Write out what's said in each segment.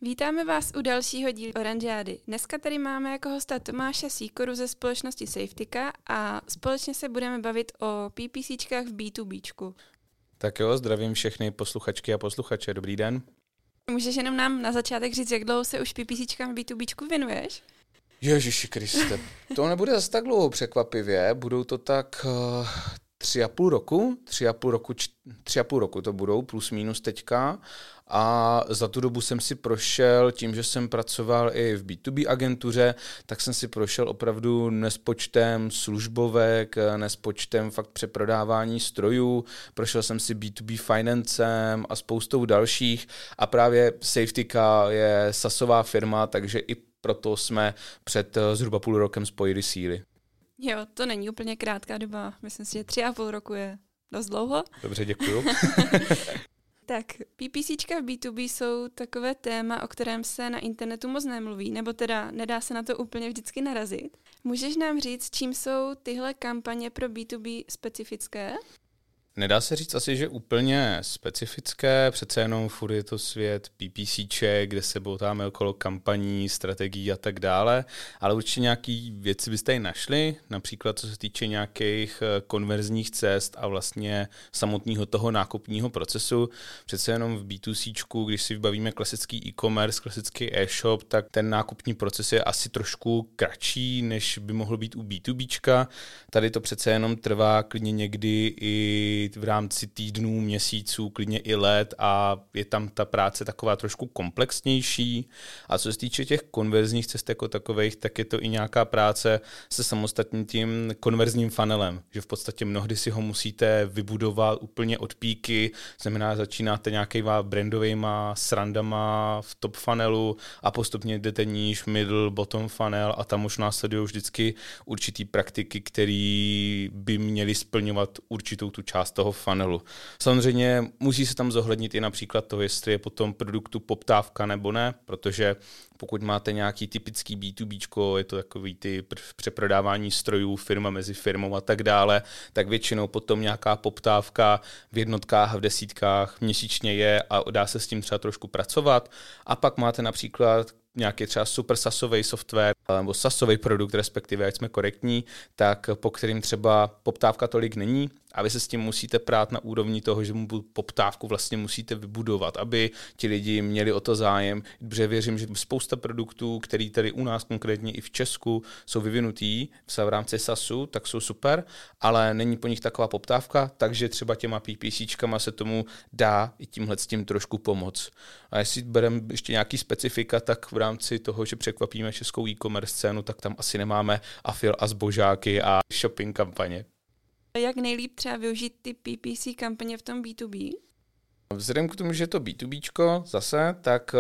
Vítáme vás u dalšího dílu Oranžády. Dneska tady máme jako hosta Tomáše Sýkoru ze společnosti Safetika a společně se budeme bavit o PPCčkách v B2Bčku. Tak jo, zdravím všechny posluchačky a posluchače. Dobrý den. Můžeš jenom nám na začátek říct, jak dlouho se už PPCčkám v B2Bčku věnuješ? Ježiši Kriste, to nebude zase tak dlouho překvapivě, budou to tak 3,5 roku, 3,5 roku to budou, plus minus teďka. A za tu dobu jsem si prošel, tím, že jsem pracoval i v B2B agentuře, tak jsem si prošel opravdu nespočtem službovek, nespočtem fakt přeprodávání strojů, prošel jsem si B2B financem a spoustou dalších a právě Safetika je SaaSová firma, takže i proto jsme před zhruba půl rokem spojili síly. Jo, to není úplně krátká doba, myslím si, že 3,5 roku je dost dlouho. Dobře, děkuju. Tak, PPCčka v B2B jsou takové téma, o kterém se na internetu moc nemluví, nebo teda nedá se na to úplně vždycky narazit. Můžeš nám říct, čím jsou tyhle kampaně pro B2B specifické? Nedá se říct asi, že úplně specifické, přece jenom furt je to svět PPCček, kde se boutáme okolo kampaní, strategií a tak dále, ale určitě nějaký věci byste ji našli, například co se týče nějakých konverzních cest a vlastně samotného toho nákupního procesu. Přece jenom v B2Cčku, když si vybavíme klasický e-commerce, klasický e-shop, tak ten nákupní proces je asi trošku kratší, než by mohl být u B2Bčka. Tady to přece jenom trvá klidně někdy i v rámci týdnů, měsíců, klidně i let a je tam ta práce taková trošku komplexnější. A co se týče těch konverzních cest jako takových, tak je to i nějaká práce se samostatným tím konverzním funnelem, že v podstatě mnohdy si ho musíte vybudovat úplně od píky, znamená začínáte nějakýma brandovýma srandama v top funnelu a postupně jdete níž, middle, bottom funnel a tam už následují vždycky určitý praktiky, které by měly splňovat určitou tu část toho funnelu. Samozřejmě musí se tam zohlednit i například to, jestli je potom produktu poptávka nebo ne, protože pokud máte nějaký typický B2Bčko, je to takový ty přeprodávání strojů firma mezi firmou a tak dále, tak většinou potom nějaká poptávka v jednotkách a v desítkách měsíčně je a dá se s tím třeba trošku pracovat. A pak máte například nějaký třeba super SaaSový software nebo SaaSový produkt, respektive, ať jsme korektní, tak po kterým třeba poptávka tolik není a vy se s tím musíte prát na úrovni toho, že mu poptávku vlastně musíte vybudovat, aby ti lidi měli o to zájem. Protože věřím, že spousta produktů, který tady u nás konkrétně i v Česku jsou vyvinutý v rámci SaaSu, tak jsou super, ale není po nich taková poptávka, takže třeba těma PPCčkama se tomu dá i tímhle s tím trošku pomoct. A jestli bereme ještě nějaký specifika, tak v rámci toho, že překvapíme českou e-commerce scénu, tak tam asi nemáme afil a zbožáky a shopping kampaně. Jak nejlíp třeba využít ty PPC kampaně v tom B2B? Vzhledem k tomu, že je to B2Bčko zase, tak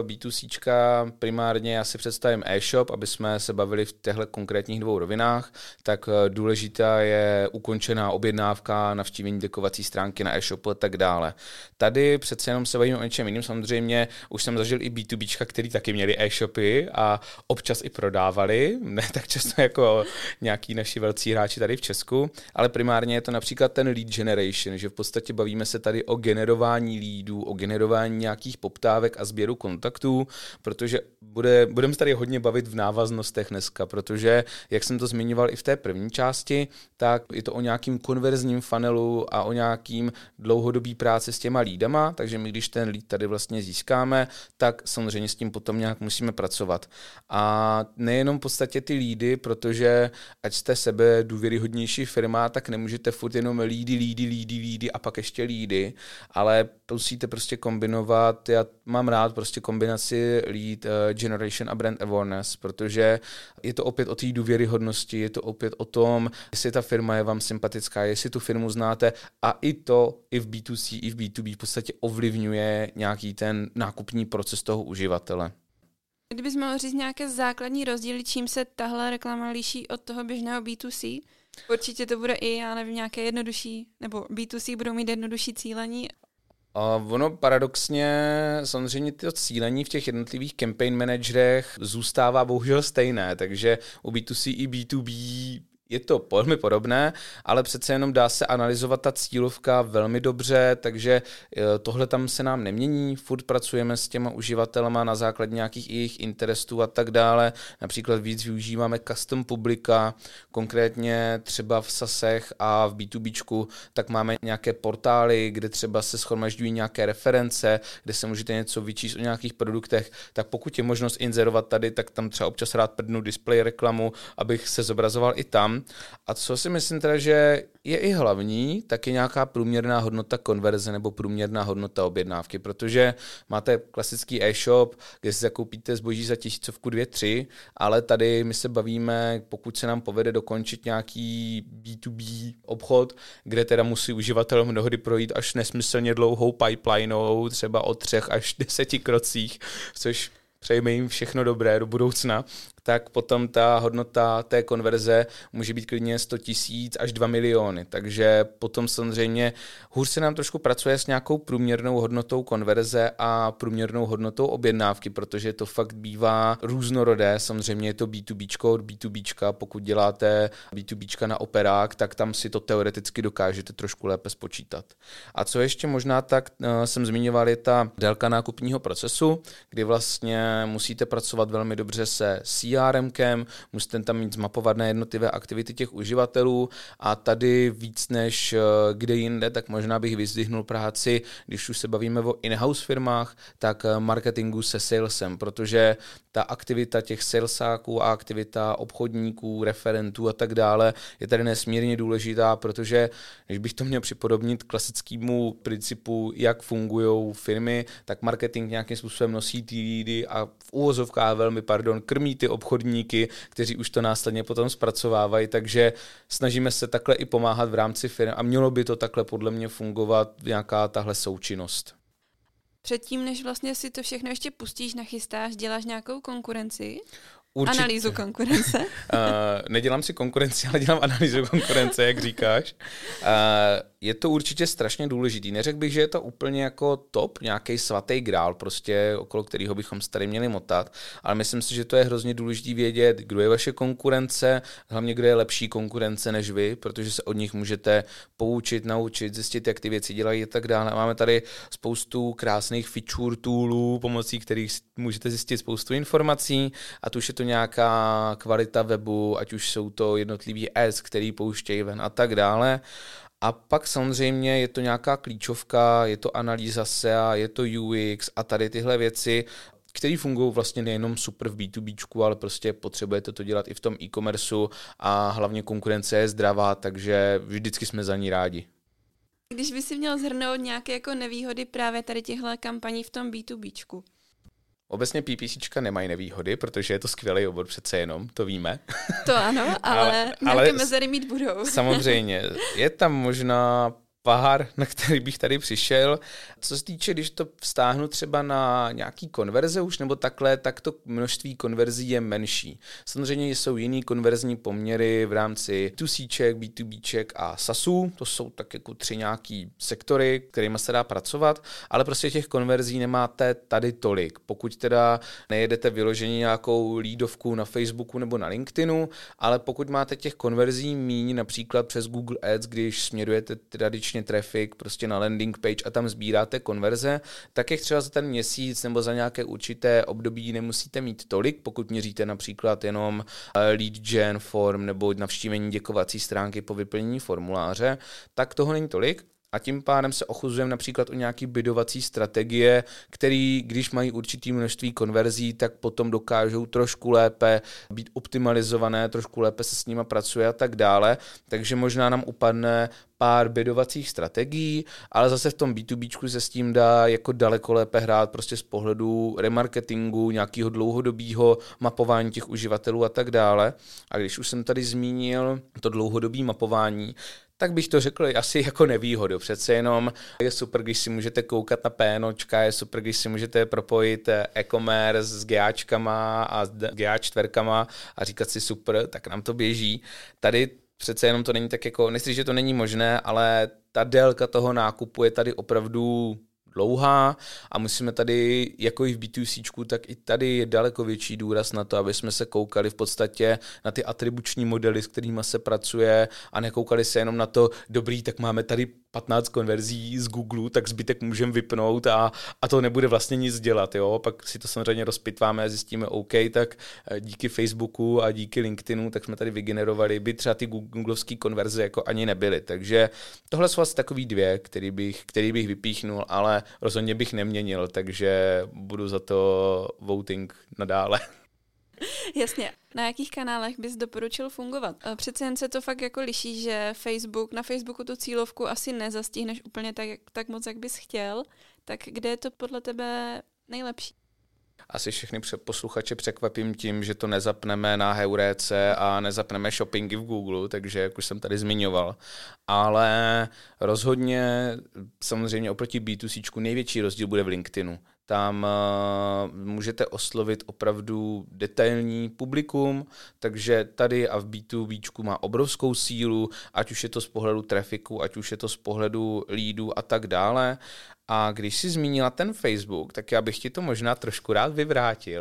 B2Cčka primárně já si představím e-shop, aby jsme se bavili v těchto konkrétních dvou rovinách, tak důležitá je ukončená objednávka, navštívení dekovací stránky na e-shopu a tak dále. Tady přece jenom se bavíme o něčem jiným, samozřejmě už jsem zažil i B2Bčka, který taky měli e-shopy a občas i prodávali, ne tak často jako nějaký naši velcí hráči tady v Česku, ale primárně je to například ten lead generation, že v podstatě bavíme se tady o generování leadů, o generování nějakých poptávek a sběru kontaktů, protože budeme se tady hodně bavit v návaznostech dneska, protože, jak jsem to zmiňoval i v té první části, tak je to o nějakým konverzním funnelu a o nějakým dlouhodobý práci s těma leadama, takže my, když ten lead tady vlastně získáme, tak samozřejmě s tím potom nějak musíme pracovat. A nejenom v podstatě ty leady, protože ať jste sebe důvěryhodnější firma, tak nemůžete furt jenom leady a pak ještě leady, ale musíte prostě kombinovat, já mám rád prostě kombinaci lead generation a brand awareness, protože je to opět o té důvěryhodnosti, je to opět o tom, jestli ta firma je vám sympatická, jestli tu firmu znáte a i to i v B2C, i v B2B v podstatě ovlivňuje nějaký ten nákupní proces toho uživatele. Kdybys mohl říct nějaké základní rozdíly, čím se tahle reklama liší od toho běžného B2C? Určitě to bude i, já nevím, nějaké jednodušší, nebo B2C budou mít jednodušší cílení. Ono paradoxně, samozřejmě to cílení v těch jednotlivých campaign managerech zůstává bohužel stejné, takže u B2C i B2B Je to velmi podobné, ale přece jenom dá se analyzovat ta cílovka velmi dobře, takže tohle tam se nám nemění, furt pracujeme s těma uživatelema na základě nějakých jejich interesů a tak dále. Například víc využíváme custom publika, konkrétně třeba v SASech a v B2Bčku, tak máme nějaké portály, kde třeba se shromažďují nějaké reference, kde se můžete něco vyčíst o nějakých produktech, tak pokud je možnost inzerovat tady, tak tam třeba občas rád prdnu display reklamu, abych se zobrazoval i tam. A co si myslím teda, že je i hlavní, tak je nějaká průměrná hodnota konverze nebo průměrná hodnota objednávky, protože máte klasický e-shop, kde si zakoupíte zboží za 1000, 2, 3, ale tady my se bavíme, pokud se nám povede dokončit nějaký B2B obchod, kde teda musí uživatel mnohdy projít až nesmyslně dlouhou pipelineou, třeba o 3 až 10 krocích, což přejme jim všechno dobré do budoucna, tak potom ta hodnota té konverze může být klidně 100 000 až 2 miliony. Takže potom samozřejmě hůř se nám trošku pracuje s nějakou průměrnou hodnotou konverze a průměrnou hodnotou objednávky, protože to fakt bývá různorodé. Samozřejmě je to B2Bčko od B2Bčka. Pokud děláte B2Bčka na operák, tak tam si to teoreticky dokážete trošku lépe spočítat. A co ještě možná tak jsem zmiňoval, je ta délka nákupního procesu, kdy vlastně musíte pracovat velmi dobře se CRMkem, musíte tam mít zmapované jednotlivé aktivity těch uživatelů a tady víc než kde jinde, tak možná bych vyzdvihnul práci, když už se bavíme o in-house firmách, tak marketingu se salesem, protože ta aktivita těch salesáků a aktivita obchodníků, referentů a tak dále je tady nesmírně důležitá, protože když bych to měl připodobnit klasickému principu, jak fungují firmy, tak marketing nějakým způsobem nosí ty lídy a v uvozovkách krmí ty obchodníky, kteří už to následně potom zpracovávají, takže snažíme se takhle i pomáhat v rámci firm a mělo by to takhle podle mě fungovat nějaká tahle součinnost. Předtím, než vlastně si to všechno ještě pustíš, nachystáš, děláš nějakou konkurenci? Určitě. Analýzu konkurence? Nedělám si konkurenci, ale dělám analýzu konkurence, jak říkáš. Je to určitě strašně důležitý. Neřekl bych, že je to úplně jako top, nějaký svatý grál, prostě okolo kterého bychom se tady měli motat, ale myslím si, že to je hrozně důležitý vědět, kdo je vaše konkurence, hlavně kdo je lepší konkurence než vy, protože se od nich můžete poučit, naučit, zjistit, jak ty věci dělají a tak dále. Máme tady spoustu krásných feature toolů, pomocí kterých můžete zjistit spoustu informací, a tu už je to nějaká kvalita webu, ať už jsou to jednotlivý ads, který pouštějí ven a tak dále. A pak samozřejmě je to nějaká klíčovka, je to analýza SEA, je to UX a tady tyhle věci, které fungují vlastně nejenom super v B2Bčku, ale prostě potřebujete to dělat i v tom e-commerceu a hlavně konkurence je zdravá, takže vždycky jsme za ní rádi. Když by si měl shrnout nějaké jako nevýhody právě tady těchto kampaní v tom B2Bčku? Obecně PPCčka nemají nevýhody, protože je to skvělý obor přece jenom, to víme. To ano, ale nějaké mezery mít budou. Samozřejmě. Je tam možná pár, na který bych tady přišel. Co se týče, když to vztáhnu třeba na nějaký konverze už nebo takhle, tak to množství konverzí je menší. Samozřejmě jsou jiný konverzní poměry v rámci B2Cček, B2Bček a SaaSů. To jsou tak jako 3 nějaký sektory, kterými se dá pracovat, ale prostě těch konverzí nemáte tady tolik. Pokud teda nejedete vyloženě nějakou lídovku na Facebooku nebo na LinkedInu, ale pokud máte těch konverzí míň, například přes Google Ads, když směrujete tradičně traffic prostě na landing page a tam sbíráte konverze, tak jak třeba za ten měsíc nebo za nějaké určité období nemusíte mít tolik, pokud měříte například jenom lead gen form nebo navštívení děkovací stránky po vyplnění formuláře, tak toho není tolik. A tím pádem se ochuzujeme například o nějaký bidovací strategie, který, když mají určitý množství konverzí, tak potom dokážou trošku lépe být optimalizované, trošku lépe se s nima pracuje a tak dále. Takže možná nám upadne pár bidovacích strategií, ale zase v tom B2Bčku se s tím dá jako daleko lépe hrát prostě z pohledu remarketingu, nějakého dlouhodobého mapování těch uživatelů a tak dále. A když už jsem tady zmínil to dlouhodobé mapování, tak bych to řekl asi jako nevýhodu. Přece jenom je super, když si můžete koukat na PNOčka, je super, když si můžete propojit e-commerce s GAčkama a s GA4 a říkat si super, tak nám to běží. Tady přece jenom to není tak jako, nechci, že to není možné, ale ta délka toho nákupu je tady opravdu dlouhá a musíme tady, jako i v B2C, tak i tady je daleko větší důraz na to, aby jsme se koukali v podstatě na ty atribuční modely, s kterými se pracuje a nekoukali se jenom na to, dobrý, tak máme tady 15 konverzí z Google, tak zbytek můžeme vypnout a to nebude vlastně nic dělat. Jo? Pak si to samozřejmě rozpitváme a zjistíme, OK, tak díky Facebooku a díky LinkedInu, tak jsme tady vygenerovali, by třeba ty googlovské konverze jako ani nebyly. Takže tohle jsou asi takový dvě, který bych vypíchnul, ale rozhodně bych neměnil, takže budu za to voting nadále. Jasně. Na jakých kanálech bys doporučil fungovat? Přece jen se to fakt jako liší, že na Facebooku tu cílovku asi nezastihneš úplně tak moc, jak bys chtěl. Tak kde je to podle tebe nejlepší? Asi všechny posluchače překvapím tím, že to nezapneme na Heuréce a nezapneme shoppingy v Google, takže jak už jsem tady zmiňoval. Ale rozhodně samozřejmě oproti B2C největší rozdíl bude v LinkedInu. Tam můžete oslovit opravdu detailní publikum, takže tady a v B2B má obrovskou sílu, ať už je to z pohledu trafiku, ať už je to z pohledu leadů a tak dále. A když jsi zmínila ten Facebook, tak já bych ti to možná trošku rád vyvrátil,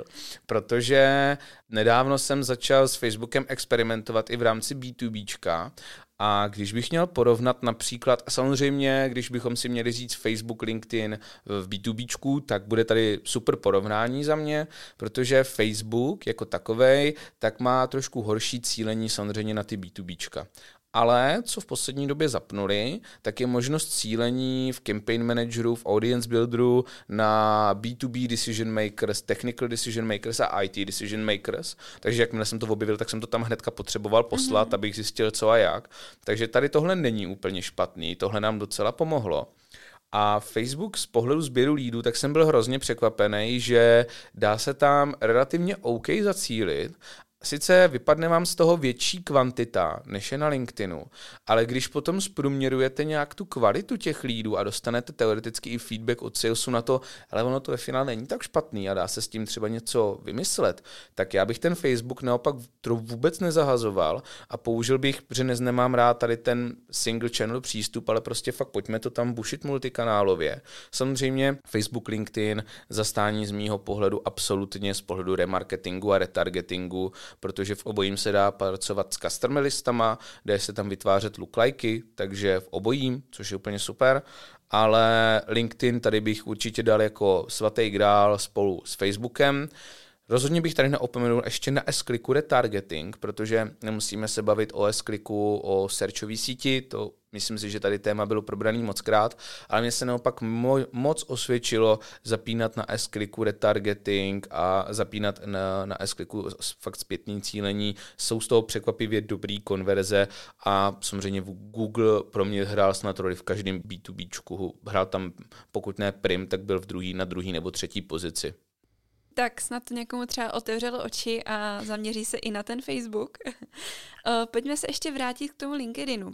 protože nedávno jsem začal s Facebookem experimentovat i v rámci B2Bčka a když bych měl porovnat například, a samozřejmě, když bychom si měli říct Facebook, LinkedIn v B2Bčku, tak bude tady super porovnání za mě, protože Facebook jako takovej, tak má trošku horší cílení samozřejmě na ty B2Bčka. Ale co v poslední době zapnuli, tak je možnost cílení v campaign manageru, v audience builderu na B2B decision makers, technical decision makers a IT decision makers. Takže jakmile jsem to objevil, tak jsem to tam hnedka potřeboval poslat, abych zjistil co a jak. Takže tady tohle není úplně špatný, tohle nám docela pomohlo. A Facebook z pohledu sběru leadů, tak jsem byl hrozně překvapený, že dá se tam relativně OK zacílit. Sice vypadne vám z toho větší kvantita, než je na LinkedInu, ale když potom zprůměrujete nějak tu kvalitu těch leadů a dostanete teoreticky i feedback od salesu na to, ale ono to ve finále není tak špatný a dá se s tím třeba něco vymyslet, tak já bych ten Facebook naopak vůbec nezahazoval a použil bych, protože nemám rád tady ten single channel přístup, ale prostě fakt pojďme to tam bušit multikanálově. Samozřejmě Facebook, LinkedIn, zastání z mýho pohledu absolutně z pohledu remarketingu a retargetingu, protože v obojím se dá pracovat s customer listama, dá se tam vytvářet lookalike, takže v obojím, což je úplně super, ale LinkedIn tady bych určitě dal jako svatý grál spolu s Facebookem. Rozhodně bych tady neopomenul ještě na S-kliku retargeting, protože nemusíme se bavit o S-kliku, o searchové síti, to myslím si, že tady téma bylo probraný mockrát, ale mně se naopak moc osvědčilo zapínat na S-kliku retargeting a zapínat na S-kliku fakt zpětný cílení. Jsou z toho překvapivě dobrý konverze a samozřejmě Google pro mě hrál snad roli v každém B2Bčku. Hrál tam, pokud ne prim, tak byl na druhý nebo třetí pozici. Tak snad to někomu třeba otevřelo oči a zaměří se i na ten Facebook. Pojďme se ještě vrátit k tomu LinkedInu.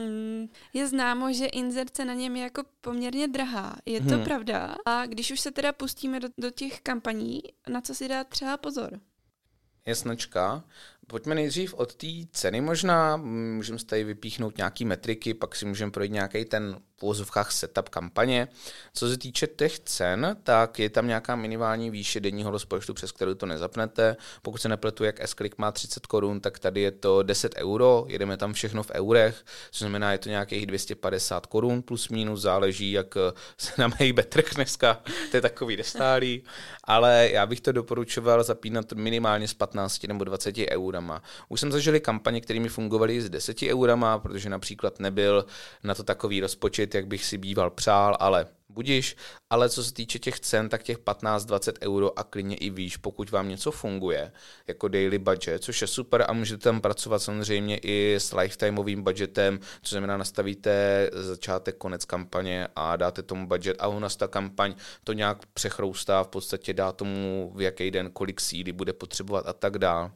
Je známo, že inzerce na něm je jako poměrně drahá. Je to pravda? A když už se teda pustíme do těch kampaní, na co si dát třeba pozor? Jasnačka. Pojďme nejdřív od té ceny možná, můžeme si tady vypíchnout nějaký metriky, pak si můžeme projít nějaký ten v uvozovkách setup kampaně. Co se týče těch cen, tak je tam nějaká minimální výše denního rozpočtu, přes kterou to nezapnete. Pokud se nepletu, jak S-Click má 30 korun, tak tady je to 10 euro, jedeme tam všechno v eurech, což znamená, je to nějakých 250 korun plus minus, záleží, jak se nám hejbe trh dneska, to je takový nestálý, ale já bych to doporučoval zapínat minimálně s 15 nebo 20 eurama. Už jsem zažil kampaně, které mi fungovaly s 10 eurama, protože například nebyl na to takový rozpočet, jak bych si býval přál, ale budiš. Ale co se týče těch cen, tak těch 15-20 euro a klidně i výš, pokud vám něco funguje, jako daily budget, což je super a můžete tam pracovat samozřejmě i s lifetimeovým budgetem, což znamená nastavíte začátek, konec kampaně a dáte tomu budget a u nás ta kampaň to nějak přechroustá, v podstatě dá tomu v jaký den, kolik síly bude potřebovat a tak dál.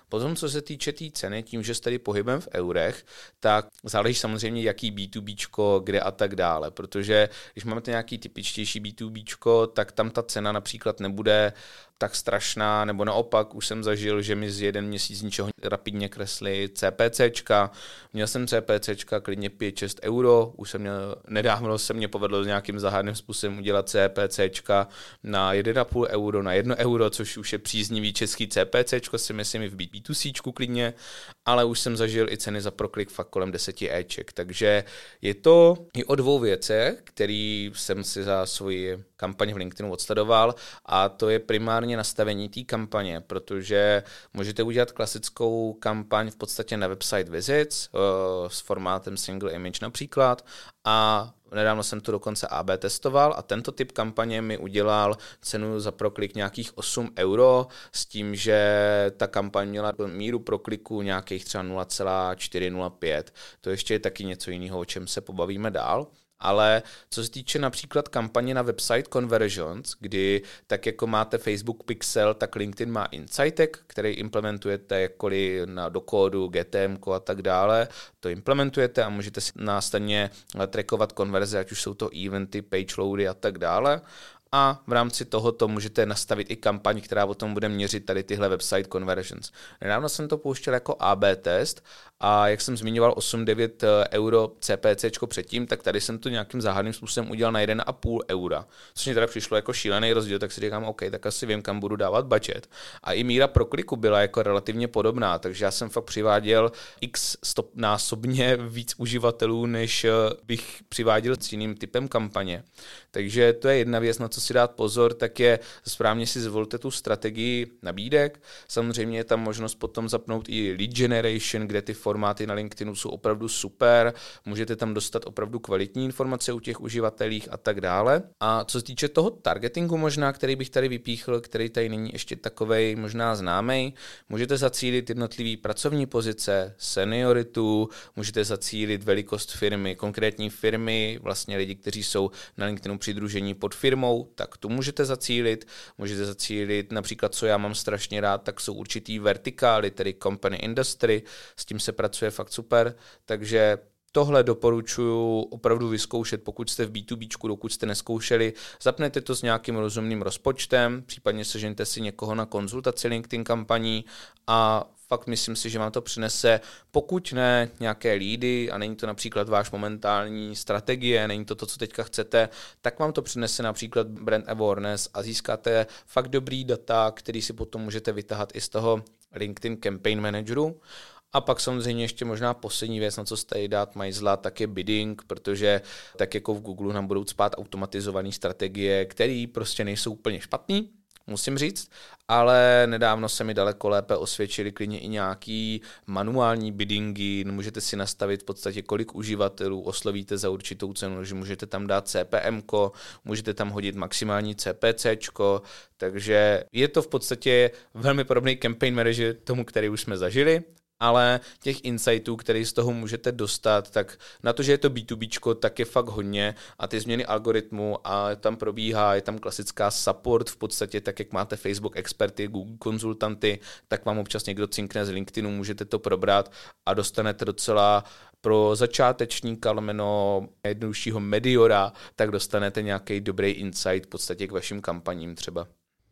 Potom, co se týče té ceny, tím, že s tady pohybem v eurech, tak záleží samozřejmě, jaký B2Bčko, kde a tak dále, protože když máme nějaký typičtější B2Bčko, tak tam ta cena například nebude tak strašná, nebo naopak už jsem zažil, že mi z jeden měsíc ničeho rapidně kresli CPCčka. Měl jsem CPCčka klidně 5-6 euro, nedávno se mě povedlo s nějakým záhadným způsobem udělat CPCčka na 1,5 euro, na 1 euro, což už je příznivý český CPCčko, si myslím i v B2Cčku klidně, ale už jsem zažil i ceny za proklik fakt kolem 10 Eček, takže je to i o dvou věcech, který jsem si za svoji kampaň v LinkedInu odsledoval, a to je primárně nastavení té kampaně, protože můžete udělat klasickou kampaň v podstatě na website visits s formátem single image například, a nedávno jsem to dokonce AB testoval a tento typ kampaně mi udělal cenu za proklik nějakých 8 euro s tím, že ta kampaň měla míru prokliku nějakých třeba 0,405. To ještě je taky něco jiného, o čem se pobavíme dál. Ale co se týče například kampaně na website conversions, kdy tak jako máte Facebook Pixel, tak LinkedIn má Insightek, který implementujete jakkoliv do kódu, GTM a tak dále, to implementujete a můžete si následně trackovat konverze, ať už jsou to eventy, page loady a tak dále. A v rámci tohoto můžete nastavit i kampaň, která o tom bude měřit tady tyhle website conversions. Nedávno jsem to pouštěl jako AB test a jak jsem zmiňoval 8-9 euro CPCčko předtím, tak tady jsem to nějakým záhadným způsobem udělal na 1,5 eura. Což mi teda přišlo jako šílený rozdíl, tak si říkám, OK, tak asi vím, kam budu dávat budget. A i míra prokliku byla jako relativně podobná, takže já jsem fakt přiváděl x násobně víc uživatelů, než bych přiváděl s jiným typem kampaně. Takže to je jedna věc, na co si dát pozor, tak je správně si zvolte tu strategii nabídek. Samozřejmě je tam možnost potom zapnout i lead generation, kde ty formáty na LinkedInu jsou opravdu super, můžete tam dostat opravdu kvalitní informace o těch uživatelích a tak dále. A co se týče toho targetingu možná, který bych tady vypíchl, který tady není ještě takovej možná známej, můžete zacílit jednotlivý pracovní pozice, senioritu, můžete zacílit velikost firmy, konkrétní firmy, vlastně lidi, kteří jsou na LinkedInu přidružení pod firmou, tak tu můžete zacílit například, co já mám strašně rád, tak jsou určitý vertikály, tedy company industry, s tím se pracuje fakt super, takže tohle doporučuji opravdu vyzkoušet, pokud jste v B2Bčku, dokud jste neskoušeli, zapnete to s nějakým rozumným rozpočtem, případně sežeňte si někoho na konzultaci LinkedIn kampaní a fakt myslím si, že vám to přinese, pokud ne nějaké lídy a není to například váš momentální strategie, není to to, co teďka chcete, tak vám to přinese například brand awareness a získáte fakt dobrý data, který si potom můžete vytahat i z toho LinkedIn Campaign Manageru. A pak samozřejmě ještě možná poslední věc, na co jste dát majzla, tak je bidding, protože tak jako v Google nám budou cpát automatizované strategie, které prostě nejsou úplně špatný, musím říct, ale nedávno se mi daleko lépe osvědčily klidně i nějaký manuální biddingy, můžete si nastavit v podstatě, kolik uživatelů oslovíte za určitou cenu, že můžete tam dát CPM-ko, můžete tam hodit maximální CPCčko, takže je to v podstatě velmi podobný campaign manager tomu, který už jsme zažili, ale těch insightů, které z toho můžete dostat, tak na to, že je to B2Bčko, tak je fakt hodně a ty změny algoritmu a tam probíhá, je tam klasická support v podstatě, tak jak máte Facebook experty, Google konzultanty, tak vám občas někdo cinkne z LinkedInu, můžete to probrat a dostanete docela pro začátečníka, lomeno jednoduššího mediora, tak dostanete nějaký dobrý insight v podstatě k vašim kampaním třeba.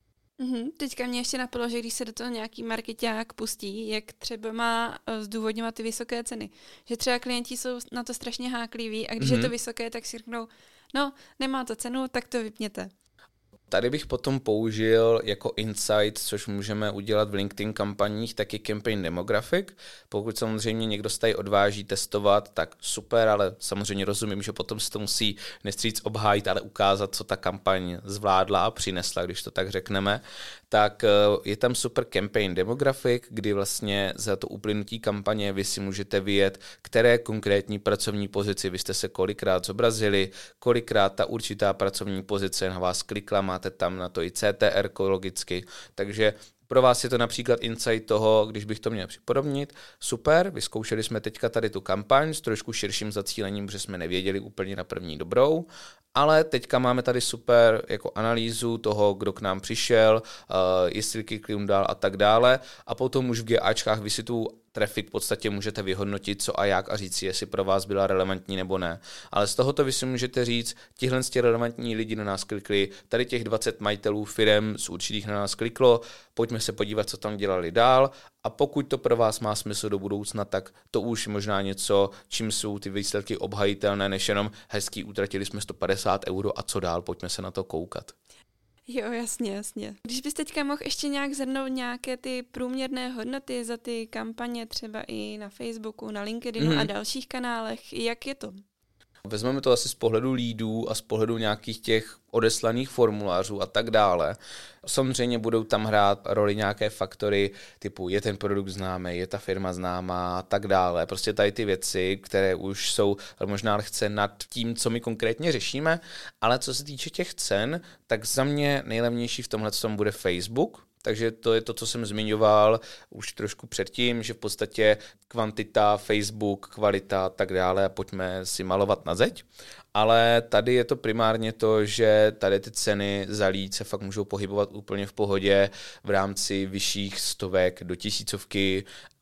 Teďka mě ještě napadlo, že když se do toho nějaký markeťák pustí, jak třeba má zdůvodňovat ty vysoké ceny. Že třeba klienti jsou na to strašně hákliví a když je to vysoké, tak si řeknou, no, nemá to cenu, tak to vypněte. Tady bych potom použil jako insight, což můžeme udělat v LinkedIn kampaních, taky campaign demographic. Pokud samozřejmě někdo se tady odváží testovat, tak super, ale samozřejmě rozumím, že potom se to musí nestříc obhájit, ale ukázat, co ta kampaň zvládla a přinesla, když to tak řekneme. Tak je tam super campaign demographic, kdy vlastně za to uplynutí kampaně vy si můžete vyjet, které konkrétní pracovní pozici vy jste se kolikrát zobrazili, kolikrát ta určitá pracovní pozice na vás klikla, máte tam na to i CTR logicky, takže Pro vás je to například insight toho, když bych to měl připodobnit, super, vyzkoušeli jsme teďka tady tu kampaň s trošku širším zacílením, protože jsme nevěděli úplně na první dobrou, ale teďka máme tady super jako analýzu toho, kdo k nám přišel, jestli klikl dál a tak dále. A potom už v GAčkách vy si tu traffic v podstatě můžete vyhodnotit, co a jak a říct si, jestli pro vás byla relevantní nebo ne. Ale z tohoto vy si můžete říct, tihle relevantní lidi na nás klikli, tady těch 20 majitelů firem z určitých na nás kliklo, pojďme se podívat, co tam dělali dál a pokud to pro vás má smysl do budoucna, tak to už možná něco, čím jsou ty výsledky obhajitelné, než jenom hezký, utratili jsme 150 € a co dál, pojďme se na to koukat. Jo, jasně. Když bys teďka mohl ještě nějak zhrnout nějaké ty průměrné hodnoty za ty kampaně třeba i na Facebooku, na LinkedInu a dalších kanálech, jak je to? Vezmeme to asi z pohledu leadů a z pohledu nějakých těch odeslaných formulářů a tak dále. Samozřejmě budou tam hrát roli nějaké faktory typu je ten produkt známý, je ta firma známá a tak dále. Prostě tady ty věci, které už jsou možná lehce nad tím, co my konkrétně řešíme, ale co se týče těch cen, tak za mě nejlevnější v tomhle bude Facebook. Takže to je to, co jsem zmiňoval už trošku předtím, že v podstatě kvantita, Facebook, kvalita a tak dále, pojďme si malovat na zeď. Ale tady je to primárně to, že tady ty ceny za lead se fakt můžou pohybovat úplně v pohodě v rámci vyšších stovek do tisícovky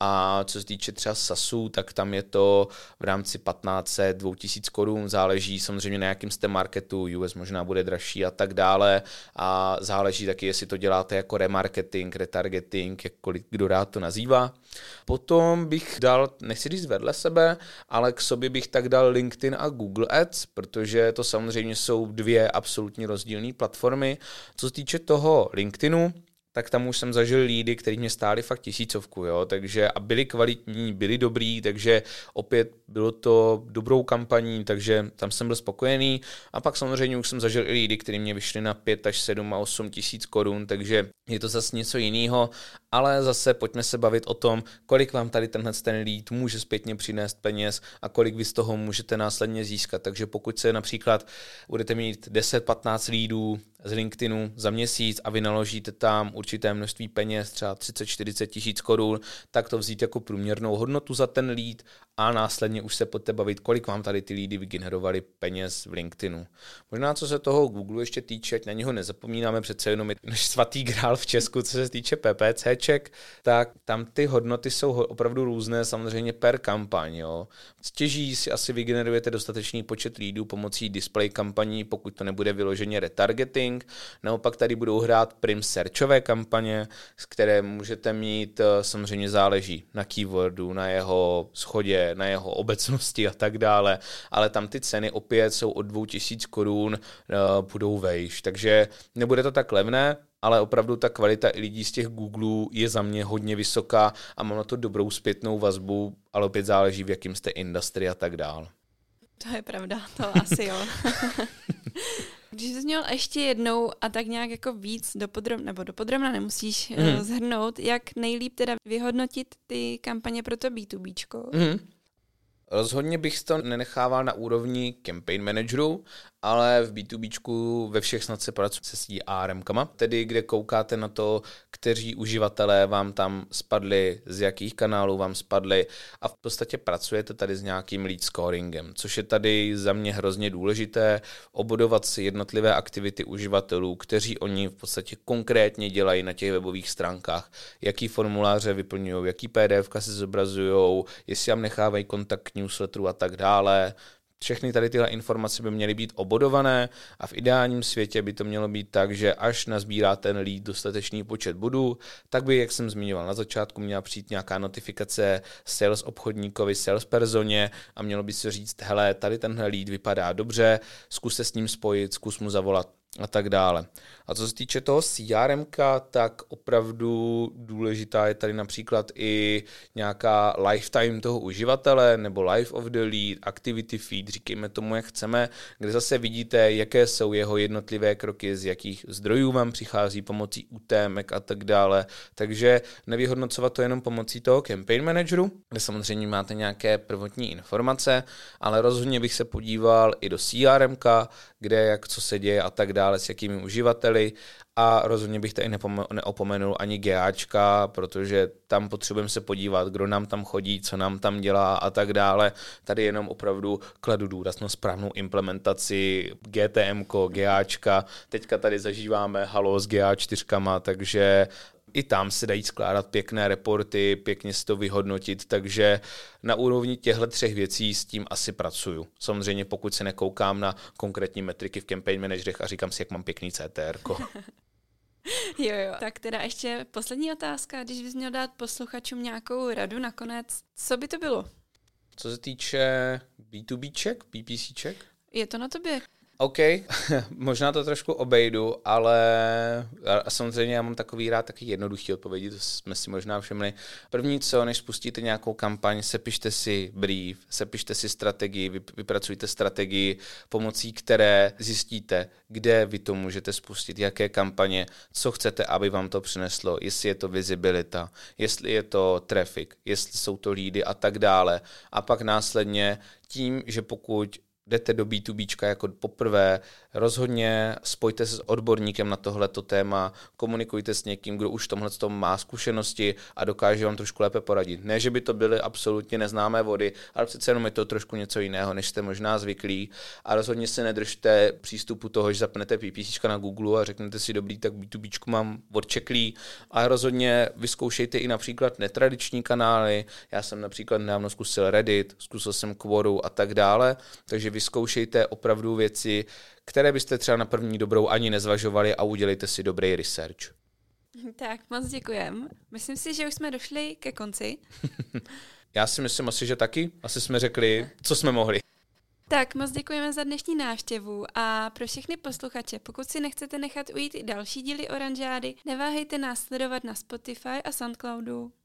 a co se týče třeba SaaSů, tak tam je to v rámci 1500, 2000 korun, záleží samozřejmě na jakým jste marketu, US možná bude dražší a tak dále a záleží taky, jestli to děláte jako remarketing, retargeting, jakkoliv kdo rád to nazývá. Potom bych dal, nechci říct vedle sebe, ale k sobě bych tak dal LinkedIn a Google Ads, protože to samozřejmě jsou dvě absolutně rozdílné platformy. Co se týče toho LinkedInu, tak tam už jsem zažil lídy, který mě stály fakt tisícovku, jo? Takže a byli kvalitní, byli dobrý, takže opět bylo to dobrou kampaní, takže tam jsem byl spokojený a pak samozřejmě už jsem zažil i lídy, který mě vyšly na 5 až 7 a 8 tisíc korun, takže je to zase něco jiného, ale zase pojďme se bavit o tom, kolik vám tady ten lead může zpětně přinést peněz a kolik vy z toho můžete následně získat, takže pokud se například budete mít 10-15 lídů z LinkedInu za měsíc a vy naložíte tam určité množství peněz, třeba 30-40 tisíc korun, tak to vzít jako průměrnou hodnotu za ten lead a následně už se pojďte bavit, kolik vám tady ty leady vygenerovaly peněz v LinkedInu. Možná co se toho Google ještě týče, ať na něho nezapomínáme, přece jenom náš svatý grál v Česku, co se týče PPCček, tak tam ty hodnoty jsou opravdu různé, samozřejmě per kampaň. Jo. Stěží si asi vygenerujete dostatečný počet leadů pomocí display kampaní, pokud to nebude vyloženě retargeting. Naopak tady budou hrát prim searchové kampaně, z které můžete mít, samozřejmě záleží na keywordu, na jeho shodě, na jeho obecnosti a tak dále, ale tam ty ceny opět jsou od 2000 korun, budou vejš, takže nebude to tak levné, ale opravdu ta kvalita i lidí z těch Googlů je za mě hodně vysoká a mám na to dobrou zpětnou vazbu, ale opět záleží, v jakým jste industry a tak dále. To je pravda, to asi jo. Když jsi měl ještě jednou a tak nějak jako víc dopodrobna nemusíš shrnout, jak nejlíp teda vyhodnotit ty kampaně pro to B2Bčko? Rozhodně bych to nenechával na úrovni campaign manageru, ale v B2Bčku ve všech snad se pracuje se CRM-kama, tedy kde koukáte na to, kteří uživatelé vám tam spadli, z jakých kanálů vám spadli a v podstatě pracujete tady s nějakým lead scoringem, což je tady za mě hrozně důležité, obodovat si jednotlivé aktivity uživatelů, kteří oni v podstatě konkrétně dělají na těch webových stránkách, jaký formuláře vyplňují, jaký PDF se zobrazují, jestli vám nechávají kontakt k newsletteru a tak dále. Všechny tady tyhle informace by měly být obodované a v ideálním světě by to mělo být tak, že až nazbírá ten lead dostatečný počet bodů, tak by, jak jsem zmiňoval na začátku, měla přijít nějaká notifikace sales obchodníkovi, sales personě a mělo by se říct, hele, tady tenhle lead vypadá dobře, zkus se s ním spojit, zkus mu zavolat a tak dále. A co se týče toho CRMka, tak opravdu důležitá je tady například i nějaká lifetime toho uživatele nebo life of the lead, activity feed, říkejme tomu, jak chceme, kde zase vidíte, jaké jsou jeho jednotlivé kroky, z jakých zdrojů vám přichází pomocí UTMek a tak dále. Takže nevyhodnocovat to jenom pomocí toho campaign manageru, kde samozřejmě máte nějaké prvotní informace, ale rozhodně bych se podíval i do CRMka, kde jak co se děje a tak dále. dále, s jakými uživateli a rozhodně bych tady neopomenul ani GAčka, protože tam potřebujeme se podívat, kdo nám tam chodí, co nám tam dělá a tak dále. Tady jenom opravdu kladu důraz na správnou implementaci GTMko, GAčka. Teďka tady zažíváme halo s GA4, takže i tam se dají skládat pěkné reporty, pěkně si to vyhodnotit, takže na úrovni těchto 3 věcí s tím asi pracuju. Samozřejmě pokud se nekoukám na konkrétní metriky v campaign managerech a říkám si, jak mám pěkný CTR-ko. Jo. Tak teda ještě poslední otázka, když bys měl dát posluchačům nějakou radu nakonec, co by to bylo? Co se týče B2Bček, PPCček? Je to na tobě. OK, možná to trošku obejdu, ale samozřejmě já mám takový rád taky jednoduchý odpovědi, to jsme si možná všimli. První co, než spustíte nějakou kampaň, sepište si brief, sepište si strategii, vypracujte strategii, pomocí které zjistíte, kde vy to můžete spustit, jaké kampaně, co chcete, aby vám to přineslo, jestli je to visibilita, jestli je to traffic, jestli jsou to leady a tak dále. A pak následně tím, že pokud jdete do B2Bčka jako poprvé, rozhodně spojte se s odborníkem na tohleto téma, komunikujte s někým, kdo už v tomhletom má zkušenosti a dokáže vám trošku lépe poradit. Ne, že by to byly absolutně neznámé vody, ale přece jenom je to trošku něco jiného, než jste možná zvyklí a rozhodně se nedržte přístupu toho, že zapnete PPCčka na Google a řeknete si dobrý, tak B2Bčku mám odčeklý, ale rozhodně vyzkoušejte i například netradiční kanály. Já jsem například nedávno zkusil Reddit, zkusil jsem Quoru a tak dále, takže vyzkoušejte opravdu věci, které byste třeba na první dobrou ani nezvažovali a udělejte si dobrý research. Tak, moc děkujem. Myslím si, že už jsme došli ke konci. Já si myslím asi, že taky. Asi jsme řekli, co jsme mohli. Tak, moc děkujeme za dnešní návštěvu a pro všechny posluchače, pokud si nechcete nechat ujít i další díly Oranžády, neváhejte nás sledovat na Spotify a Soundcloudu.